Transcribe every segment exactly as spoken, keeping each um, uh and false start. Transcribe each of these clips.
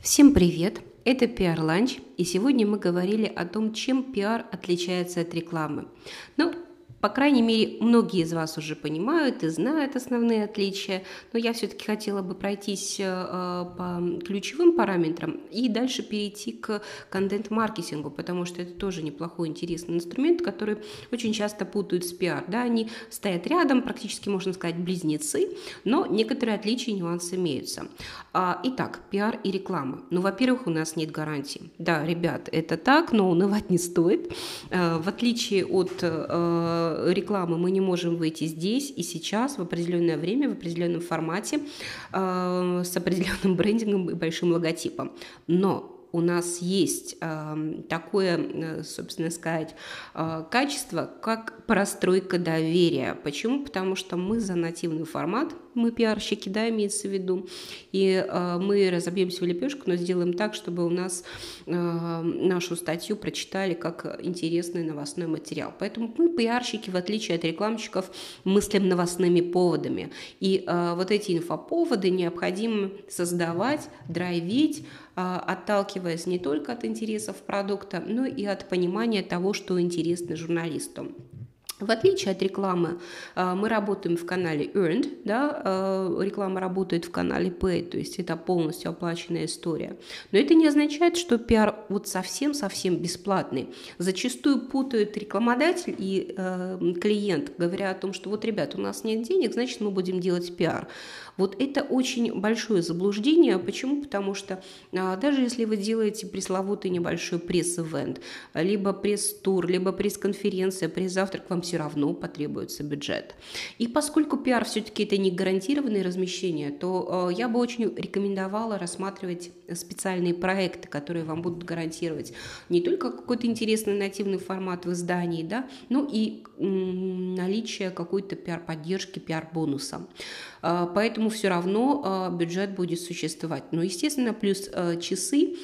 Всем привет! Это пи ар Lunch, и сегодня мы говорили о том, чем пиар отличается от рекламы. Ну, по крайней мере, многие из вас уже понимают и знают основные отличия, но я все-таки хотела бы пройтись э, по ключевым параметрам и дальше перейти к контент-маркетингу, потому что это тоже неплохой, интересный инструмент, который очень часто путают с пиар. Да, они стоят рядом, практически, можно сказать, близнецы, но некоторые отличия и нюансы имеются. А, итак, пиар и реклама. Ну, во-первых, у нас нет гарантий. Да, ребят, это так, но унывать не стоит. А, в отличие от а, рекламы мы не можем выйти здесь и сейчас в определенное время, в определенном формате э, с определенным брендингом и большим логотипом. Но у нас есть э, такое, собственно сказать, э, качество, как простройка доверия. Почему? Потому что мы за нативный формат, мы пиарщики, да, имеется в виду, и э, мы разобьемся в лепешку, но сделаем так, чтобы у нас э, нашу статью прочитали как интересный новостной материал. Поэтому мы, пиарщики, в отличие от рекламщиков, мыслим новостными поводами. И э, вот эти инфоповоды необходимо создавать, драйвить, отталкиваясь не только от интересов продукта, но и от понимания того, что интересно журналисту. В отличие от рекламы, мы работаем в канале Earned, да, реклама работает в канале Paid, то есть это полностью оплаченная история. Но это не означает, что пиар вот совсем-совсем бесплатный. Зачастую путают рекламодатель и э, клиент, говоря о том, что вот, ребят, у нас нет денег, значит, мы будем делать пиар. Вот это очень большое заблуждение. Почему? Потому что а, даже если вы делаете пресловутый небольшой пресс-эвент, либо пресс-тур, либо пресс-конференция, пресс-завтрак, вам все равно потребуется бюджет. И поскольку пиар все-таки это не гарантированное размещение, то а, я бы очень рекомендовала рассматривать специальные проекты, которые вам будут гарантировать не только какой-то интересный нативный формат в издании, да, но и м- наличие какой-то пиар-поддержки, пиар-бонуса. А, поэтому все равно а, бюджет будет существовать. Но, естественно, плюс а, часы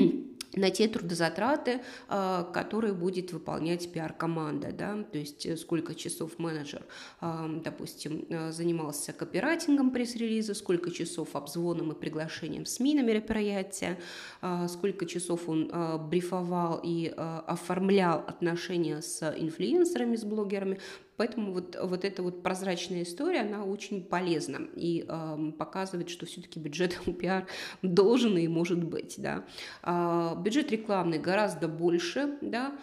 на те трудозатраты, которые будет выполнять пиар-команда, да, то есть сколько часов менеджер, допустим, занимался копирайтингом пресс-релиза, сколько часов обзвоном и приглашением СМИ на мероприятия, сколько часов он брифовал и оформлял отношения с инфлюенсерами, с блогерами. Поэтому вот, вот эта вот прозрачная история, она очень полезна и э, показывает, что все-таки бюджет у пиар должен и может быть. Да. А, бюджет рекламный гораздо больше, да.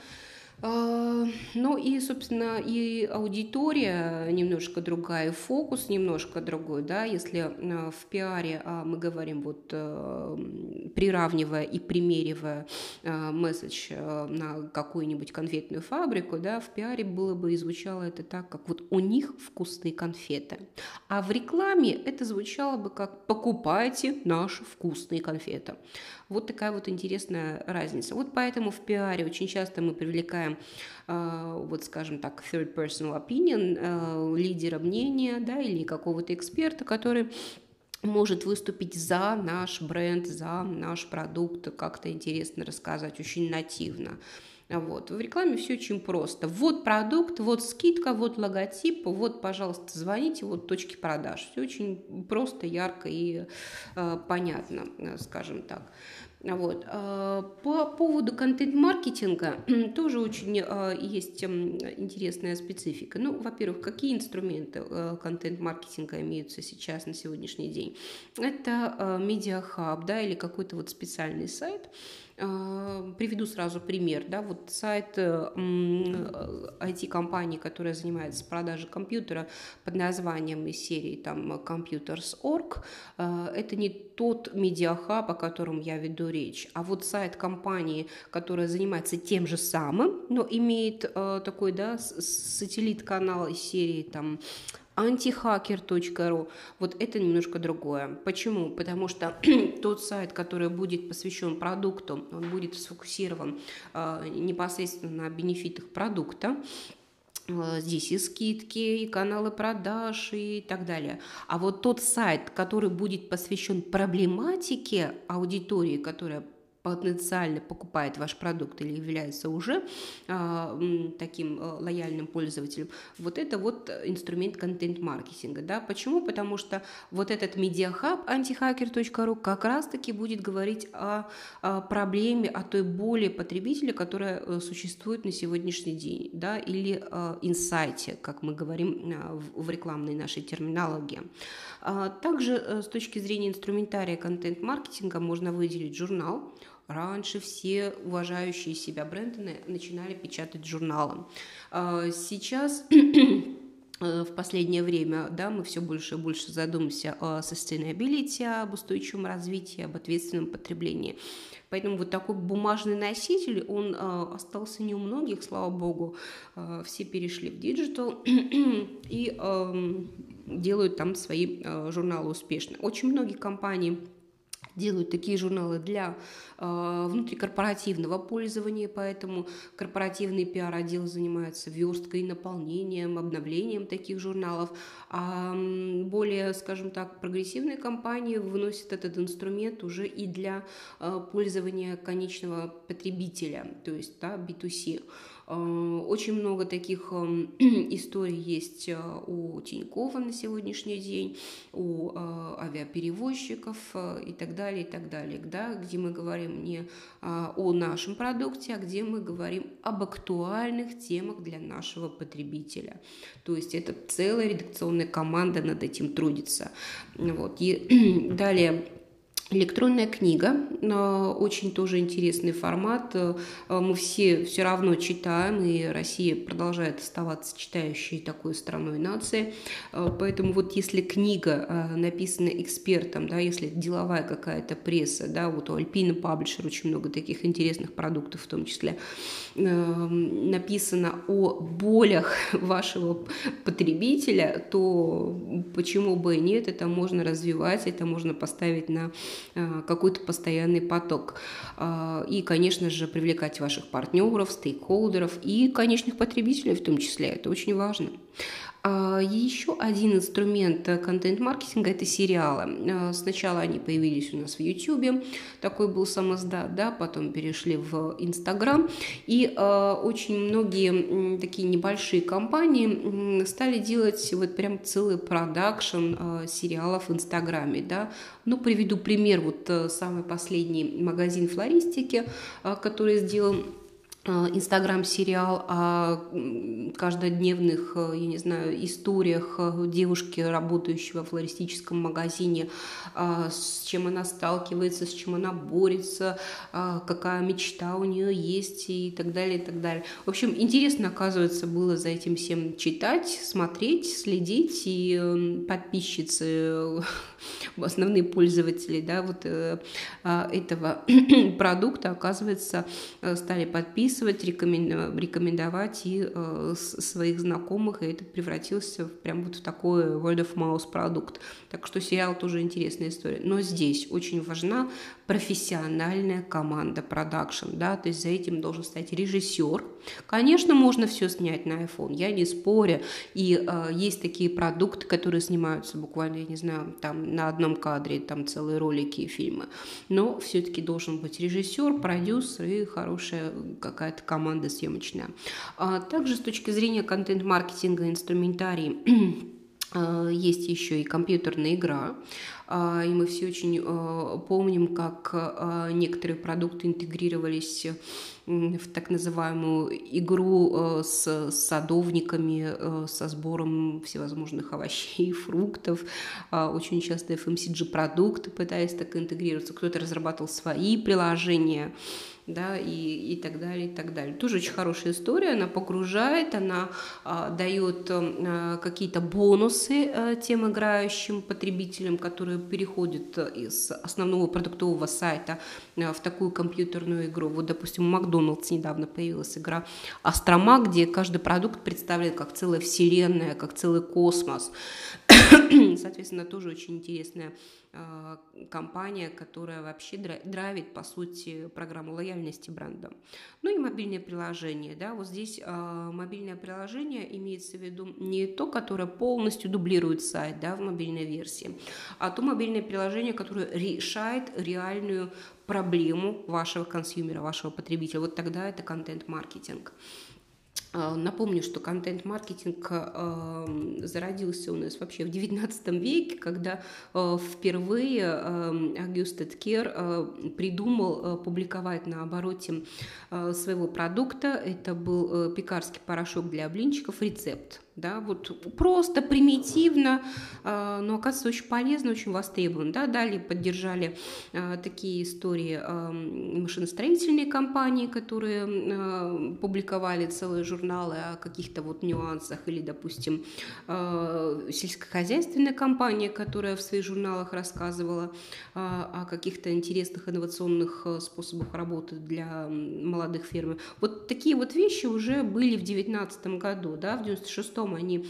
Ну и, собственно, и аудитория немножко другая, и фокус немножко другой, да, если в пиаре мы говорим, вот приравнивая и примеривая месседж на какую-нибудь конфетную фабрику, да, в пиаре было бы и звучало это так, как вот у них вкусные конфеты, а в рекламе это звучало бы как «покупайте наши вкусные конфеты». Вот такая вот интересная разница. Вот поэтому в пиаре очень часто мы привлекаем, э, вот скажем так, third personal opinion, э, лидера мнения, да, или какого-то эксперта, который может выступить за наш бренд, за наш продукт, как-то интересно рассказать, очень нативно. Вот. В рекламе все очень просто. Вот продукт, вот скидка, вот логотип, вот, пожалуйста, звоните, вот точки продаж. Все очень просто, ярко и э, понятно, скажем так. Вот. По поводу контент-маркетинга тоже очень есть интересная специфика. Ну, во-первых, какие инструменты контент-маркетинга имеются сейчас на сегодняшний день? Это медиахаб, да, или какой-то вот специальный сайт. Приведу сразу пример, да, вот сайт ай ти-компании, которая занимается продажей компьютера под названием из серии там Computers точка орг, это не тот медиахаб, о котором я веду речь, а вот сайт компании, которая занимается тем же самым, но имеет такой, да, сателлит-канал из серии там антихакер точка ру. Вот это немножко другое. Почему? Потому что тот сайт, который будет посвящен продукту, он будет сфокусирован э, непосредственно на бенефитах продукта. Здесь и скидки, и каналы продаж, и так далее. А вот тот сайт, который будет посвящен проблематике аудитории, которая потенциально покупает ваш продукт или является уже э, таким э, лояльным пользователем, вот это вот инструмент контент-маркетинга. Да? Почему? Потому что вот этот медиахаб антихакер точка ру как раз-таки будет говорить о, о проблеме, о той боли потребителя, которая э, существует на сегодняшний день, да? Или э, инсайте, как мы говорим э, в, в рекламной нашей терминологии. А также э, с точки зрения инструментария контент-маркетинга можно выделить журнал. Раньше все уважающие себя бренды начинали печатать журналом. Сейчас в последнее время, да, мы все больше и больше задумываемся о sustainability, об устойчивом развитии, об ответственном потреблении. Поэтому вот такой бумажный носитель, он э, остался не у многих, слава богу. Э, все перешли в диджитал и э, делают там свои э, журналы успешно. Очень многие компании делают такие журналы для э, внутрикорпоративного пользования, поэтому корпоративный пиар-отдел занимается версткой, наполнением, обновлением таких журналов, а более, скажем так, прогрессивные компании выносят этот инструмент уже и для э, пользования конечного потребителя, то есть да, би ту си. Очень много таких историй есть у Тинькова на сегодняшний день, у авиаперевозчиков и так далее, и так далее, да, где мы говорим не о нашем продукте, а где мы говорим об актуальных темах для нашего потребителя. То есть это целая редакционная команда над этим трудится. Вот. И далее... Электронная книга, очень тоже интересный формат, мы все все равно читаем, и Россия продолжает оставаться читающей такой страной нации, поэтому вот если книга написана экспертом, да, если деловая какая-то пресса, да, вот у Alpina Publisher очень много таких интересных продуктов в том числе, написано о болях вашего потребителя, то почему бы и нет, это можно развивать, это можно поставить на какой-то постоянный поток. И, конечно же, привлекать ваших партнеров, стейкхолдеров и конечных потребителей в том числе. Это очень важно. Еще один инструмент контент-маркетинга – это сериалы. Сначала они появились у нас в YouTube, такой был самоздат, да, потом перешли в Instagram, и очень многие такие небольшие компании стали делать вот прям целый продакшн сериалов в Инстаграме, да. Ну, приведу пример, вот самый последний магазин флористики, который сделал Инстаграм-сериал о каждодневных, я не знаю, историях девушки, работающей во флористическом магазине, с чем она сталкивается, с чем она борется, какая мечта у нее есть и так далее, и так далее. В общем, интересно, оказывается, было за этим всем читать, смотреть, следить, и подписчицы, основные пользователи, да, вот этого продукта, оказывается, стали подписываться, рекомендовать и э, своих знакомых, и это превратилось в, прям вот в такой word of mouth продукт. Так что сериал тоже интересная история. Но здесь очень важна профессиональная команда продакшн, да, то есть за этим должен стоять режиссер. Конечно, можно все снять на iPhone, я не спорю, и э, есть такие продукты, которые снимаются буквально, я не знаю, там на одном кадре, там целые ролики и фильмы, но все-таки должен быть режиссер, продюсер и хорошая какая-то команда съемочная. А также с точки зрения контент-маркетинга, инструментарий, есть еще и компьютерная игра, и мы все очень помним, как некоторые продукты интегрировались в так называемую игру с садовниками, со сбором всевозможных овощей, фруктов. Очень часто эф эм си джи-продукты пытались так интегрироваться. Кто-то разрабатывал свои приложения, да, и, и так далее, и так далее. Тоже очень хорошая история, она погружает, она а, дает а, какие-то бонусы а, тем играющим потребителям, которые переходят из основного продуктового сайта а, в такую компьютерную игру. Вот, допустим, у Макдональдс недавно появилась игра Астрома, где каждый продукт представлен как целая вселенная, как целый космос. Соответственно, тоже очень интересная компания, которая вообще драйвит, по сути, программу лояльности бренда. Ну и мобильное приложение, да, вот здесь мобильное приложение имеется в виду не то, которое полностью дублирует сайт, да, в мобильной версии, а то мобильное приложение, которое решает реальную проблему вашего консюмера, вашего потребителя. Вот тогда это контент-маркетинг. Напомню, что контент-маркетинг э, зародился у нас вообще в девятнадцатом веке, когда э, впервые э, Агюст Эткер э, придумал э, публиковать на обороте э, своего продукта. Это был э, пекарский порошок для блинчиков, рецепт. Да, вот просто примитивно, э, но оказывается очень полезно, очень востребован. Да. Далее поддержали э, такие истории э, машиностроительные компании, которые э, публиковали целые журналы о каких-то вот нюансах, или, допустим, э, сельскохозяйственная компания, которая в своих журналах рассказывала э, о каких-то интересных инновационных способах работы для молодых фермеров. Вот такие вот вещи уже были в девятнадцатом году, да, в девяносто шестом они,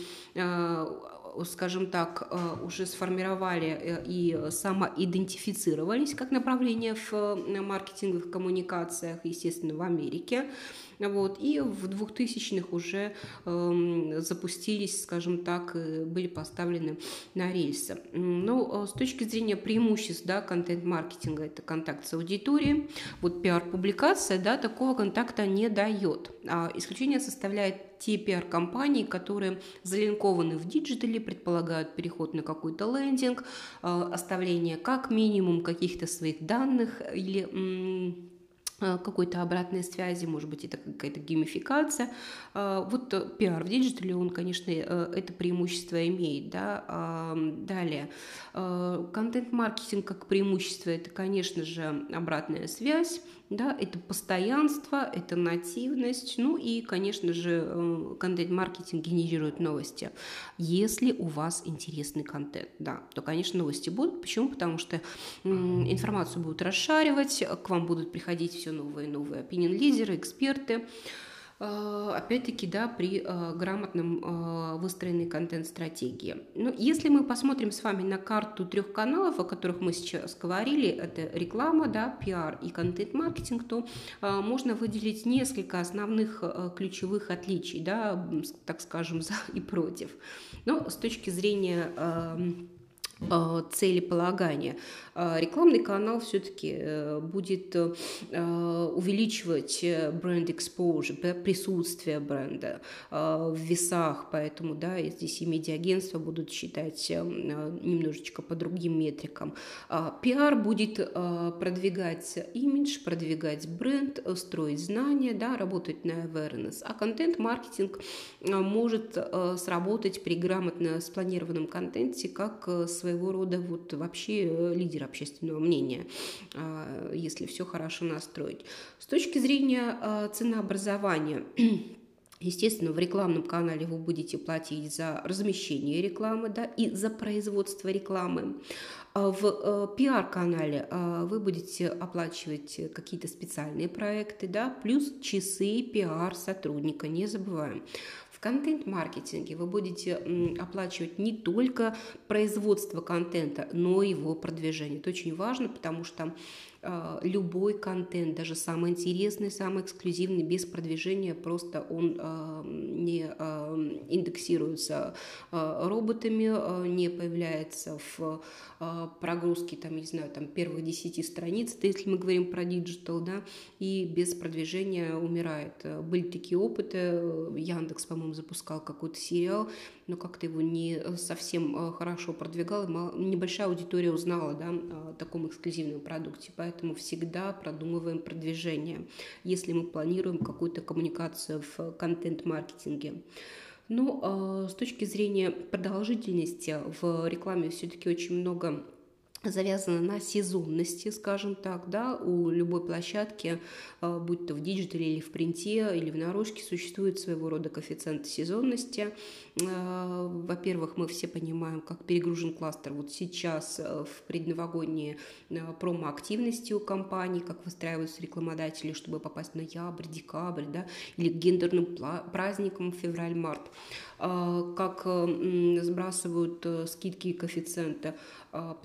скажем так, уже сформировали и самоидентифицировались как направление в маркетинговых коммуникациях, естественно, в Америке. Вот, и в двухтысячных уже э, запустились, скажем так, были поставлены на рельсы. Но с точки зрения преимуществ, да, контент-маркетинга, это контакт с аудиторией, вот пиар-публикация, да, такого контакта не дает. А исключение составляет те пиар-компании, которые залинкованы в диджитале, предполагают переход на какой-то лендинг, э, оставление как минимум каких-то своих данных или м- какой-то обратной связи, может быть, это какая-то геймификация. Вот пиар в диджитале, он, конечно, это преимущество имеет. Да? Далее, контент-маркетинг как преимущество – это, конечно же, обратная связь, да? Это постоянство, это нативность, ну и, конечно же, контент-маркетинг генерирует новости. Если у вас интересный контент, да, то, конечно, новости будут. Почему? Потому что информацию будут расшаривать, к вам будут приходить все новые и новые opinion-лидеры, эксперты. Опять-таки, да, при грамотном выстроенной контент-стратегии. Но если мы посмотрим с вами на карту трех каналов, о которых мы сейчас говорили, это реклама, да, пиар и контент-маркетинг, то можно выделить несколько основных ключевых отличий, да, так скажем, за и против. Но с точки зрения целеполагания. Рекламный канал все-таки будет увеличивать бренд exposure, присутствие бренда в весах, поэтому, да, и здесь и медиаагентства будут считать немножечко по другим метрикам. Пиар будет продвигать имидж, продвигать бренд, строить знания, да, работать на awareness, а контент-маркетинг может сработать при грамотно спланированном контенте как своего своего рода вот вообще лидер общественного мнения, если все хорошо настроить. С точки зрения ценообразования, естественно, в рекламном канале вы будете платить за размещение рекламы, да, и за производство рекламы. В пиар-канале вы будете оплачивать какие-то специальные проекты, да, плюс часы пиар-сотрудника, не забываем. В контент-маркетинге вы будете оплачивать не только производство контента, но и его продвижение. Это очень важно, потому что любой контент, даже самый интересный, самый эксклюзивный, без продвижения просто он не индексируется роботами, не появляется в прогрузке, там, не знаю, там, первых десяти страниц, это если мы говорим про диджитал, да, и без продвижения умирает. Были такие опыты, Яндекс, по-моему, запускал какой-то сериал, но как-то его не совсем хорошо продвигал, небольшая аудитория узнала, да, о таком эксклюзивном продукте, поэтому всегда продумываем продвижение, если мы планируем какую-то коммуникацию в контент-маркетинге. Но с точки зрения продолжительности в рекламе все-таки очень много завязано на сезонности, скажем так, да, у любой площадки, будь то в диджитале или в принте, или в наружке, существует своего рода коэффициент сезонности. Во-первых, мы все понимаем, как перегружен кластер вот сейчас в предновогодние промо-активности у компаний, как выстраиваются рекламодатели, чтобы попасть в ноябрь, декабрь, да, или к гендерным праздникам февраль-март, как сбрасывают скидки и коэффициенты площадки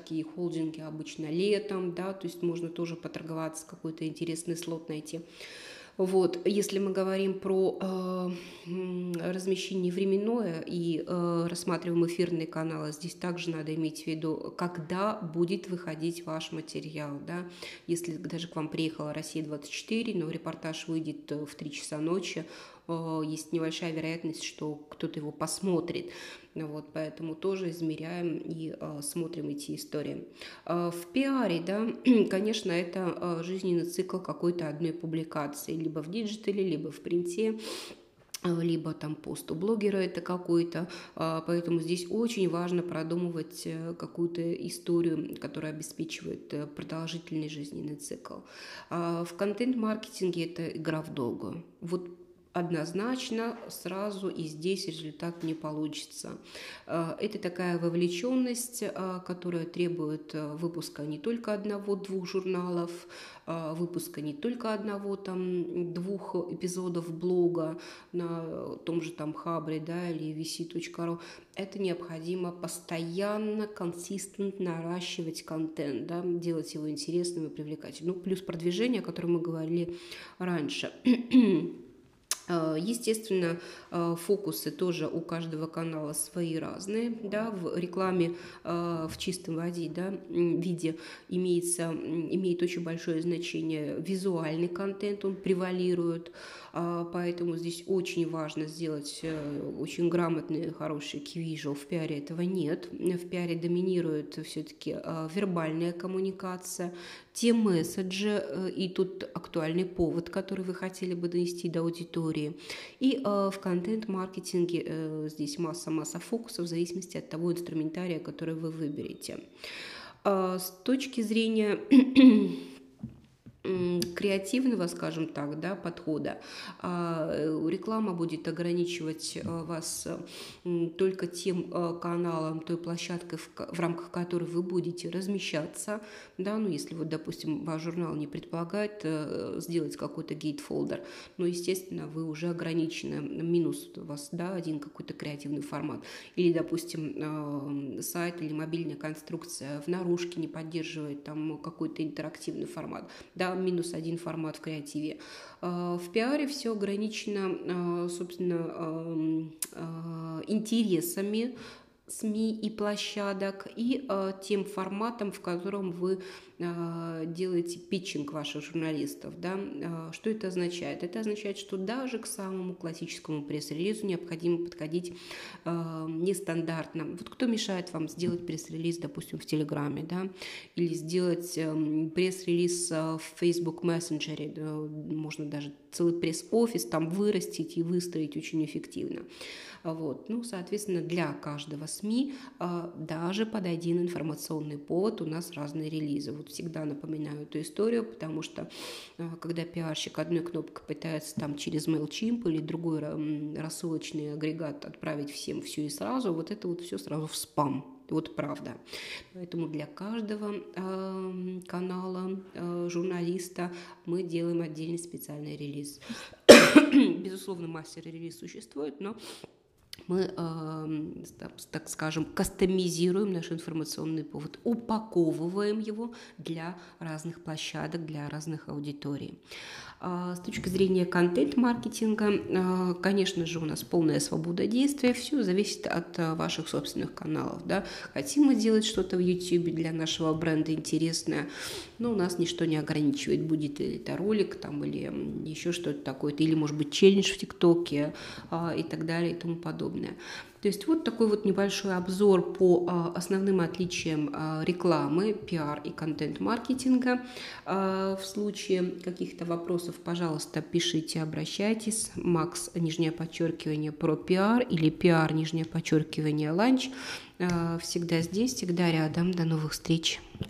площадки и холдинги обычно летом, да, то есть можно тоже поторговаться, какой-то интересный слот найти. Вот, если мы говорим про э, размещение временное и э, рассматриваем эфирные каналы, здесь также надо иметь в виду, когда будет выходить ваш материал. Да? Если даже к вам приехала Россия двадцать четыре, но репортаж выйдет в три часа ночи, э, есть небольшая вероятность, что кто-то его посмотрит. Вот, поэтому тоже измеряем и э, смотрим эти истории. Э, в пиаре, да, конечно, это э, жизненный цикл какой-то одной публикации, либо в диджитале, либо в принте, либо там пост у блогера это какой-то, поэтому здесь очень важно продумывать какую-то историю, которая обеспечивает продолжительный жизненный цикл. В контент-маркетинге это игра в долгую. Вот однозначно сразу и здесь результат не получится. Это такая вовлеченность, которая требует выпуска не только одного-двух журналов, выпуска не только одного там двух эпизодов блога на том же там Хабре, да, или ви си точка ру. Это необходимо постоянно, консистентно наращивать контент, да, делать его интересным и привлекательным. Ну, плюс продвижение, о котором мы говорили раньше. Естественно, фокусы тоже у каждого канала свои разные. Да, в рекламе в чистом виде, да, виде имеется, имеет очень большое значение визуальный контент, он превалирует. Поэтому здесь очень важно сделать очень грамотный, хороший key visual. В пиаре этого нет. В пиаре доминирует все-таки вербальная коммуникация, те месседжи и тут актуальный повод, который вы хотели бы донести до аудитории. И э, в контент-маркетинге э, здесь масса-масса фокусов в зависимости от того инструментария, который вы выберете. Э, с точки зрения креативного, скажем так, да, подхода, реклама будет ограничивать вас только тем каналом, той площадкой, в рамках которой вы будете размещаться, да, ну, если вот, допустим, ваш журнал не предполагает сделать какой-то гейт-фолдер, но, естественно, вы уже ограничены, минус у вас, да, один какой-то креативный формат, или, допустим, сайт или мобильная конструкция в наружке не поддерживает там какой-то интерактивный формат, да, минус один формат в креативе. В пиаре все ограничено, собственно, интересами СМИ и площадок и э, тем форматом, в котором вы э, делаете питчинг ваших журналистов. Да? Э, что это означает? Это означает, что даже к самому классическому пресс-релизу необходимо подходить э, нестандартно. Вот кто мешает вам сделать пресс-релиз, допустим, в Телеграме, да? Или сделать э, пресс-релиз э, в Facebook Messenger, да? Можно даже целый пресс-офис там вырастить и выстроить очень эффективно. Вот. Ну, соответственно, для каждого СМИ даже под один информационный повод у нас разные релизы. Вот всегда напоминаю эту историю, потому что когда пиарщик одной кнопкой пытается там через MailChimp или другой рассылочный агрегат отправить всем все и сразу, вот это вот все сразу в спам. Вот правда. Поэтому для каждого э, канала, э, журналиста мы делаем отдельный специальный релиз. Безусловно, мастер-релиз существует, но мы, э, так скажем, кастомизируем наш информационный повод, упаковываем его для разных площадок, для разных аудиторий. С точки зрения контент-маркетинга, конечно же, у нас полная свобода действия, все зависит от ваших собственных каналов. Да? Хотим мы делать что-то в YouTube для нашего бренда интересное, но у нас ничто не ограничивает, будет ли это ролик там, или еще что-то такое, или, может быть, челлендж в ТикТоке и так далее и тому подобное. То есть вот такой вот небольшой обзор по а, основным отличиям а, рекламы, пиар и контент-маркетинга. А, в случае каких-то вопросов, пожалуйста, пишите, обращайтесь. Макс, нижнее подчеркивание, про пиар или пиар, нижнее подчеркивание, ланч. А, всегда здесь, всегда рядом. До новых встреч.